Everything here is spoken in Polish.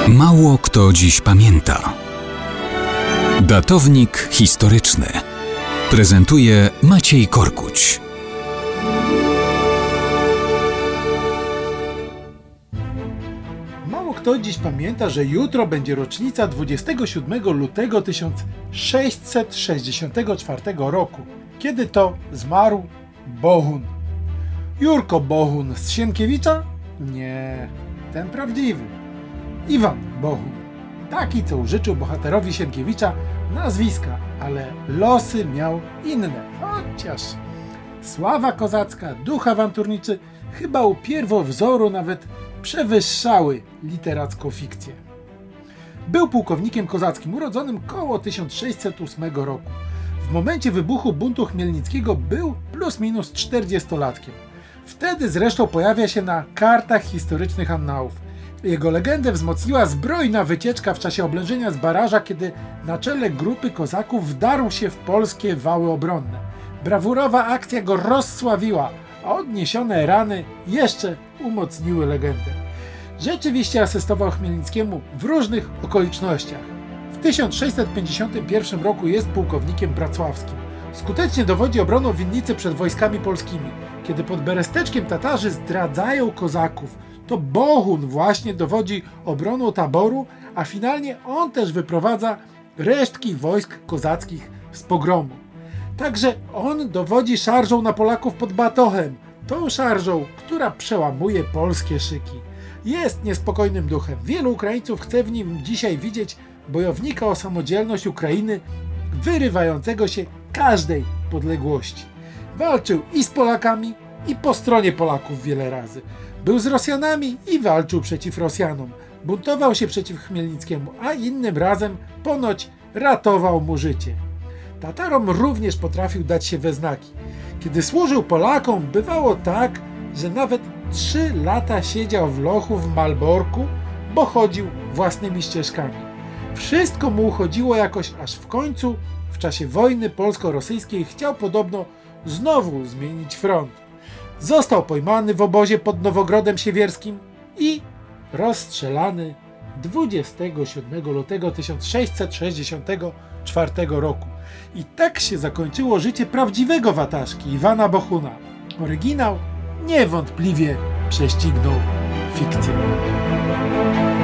Mało kto dziś pamięta. Datownik historyczny prezentuje Maciej Korkuć. Mało kto dziś pamięta, że jutro będzie rocznica 27 lutego 1664 roku, kiedy to zmarł Bohun. Jurko Bohun z Sienkiewicza? Nie, ten prawdziwy. Iwan Bohun. Taki, co użyczył bohaterowi Sienkiewicza nazwiska, ale losy miał inne. Chociaż sława kozacka, duch awanturniczy chyba u pierwowzoru nawet przewyższały literacką fikcję. Był pułkownikiem kozackim urodzonym koło 1608 roku. W momencie wybuchu buntu chmielnickiego był plus minus 40-latkiem. Wtedy zresztą pojawia się na kartach historycznych annałów. Jego legendę wzmocniła zbrojna wycieczka w czasie oblężenia z Baraża, kiedy na czele grupy kozaków wdarł się w polskie wały obronne. Brawurowa akcja go rozsławiła, a odniesione rany jeszcze umocniły legendę. Rzeczywiście asystował Chmielnickiemu w różnych okolicznościach. W 1651 roku jest pułkownikiem bracławskim. Skutecznie dowodzi obroną winnicy przed wojskami polskimi. Kiedy pod Beresteczkiem Tatarzy zdradzają kozaków, to Bohun właśnie dowodzi obroną taboru, a finalnie on też wyprowadza resztki wojsk kozackich z pogromu. Także on dowodzi szarżą na Polaków pod Batochem, tą szarżą, która przełamuje polskie szyki. Jest niespokojnym duchem. Wielu Ukraińców chce w nim dzisiaj widzieć bojownika o samodzielność Ukrainy, wyrywającego się każdej podległości. Walczył i z Polakami, i po stronie Polaków wiele razy. Był z Rosjanami i walczył przeciw Rosjanom. Buntował się przeciw Chmielnickiemu, a innym razem ponoć ratował mu życie. Tatarom również potrafił dać się we znaki. Kiedy służył Polakom, bywało tak, że nawet 3 lata siedział w lochu w Malborku, bo chodził własnymi ścieżkami. Wszystko mu uchodziło jakoś, aż w końcu, w czasie wojny polsko-rosyjskiej, chciał podobno znowu zmienić front. Został pojmany w obozie pod Nowogrodem Siewierskim i rozstrzelany 27 lutego 1664 roku. I tak się zakończyło życie prawdziwego wataszki Iwana Bohuna. Oryginał niewątpliwie prześcignął fikcję.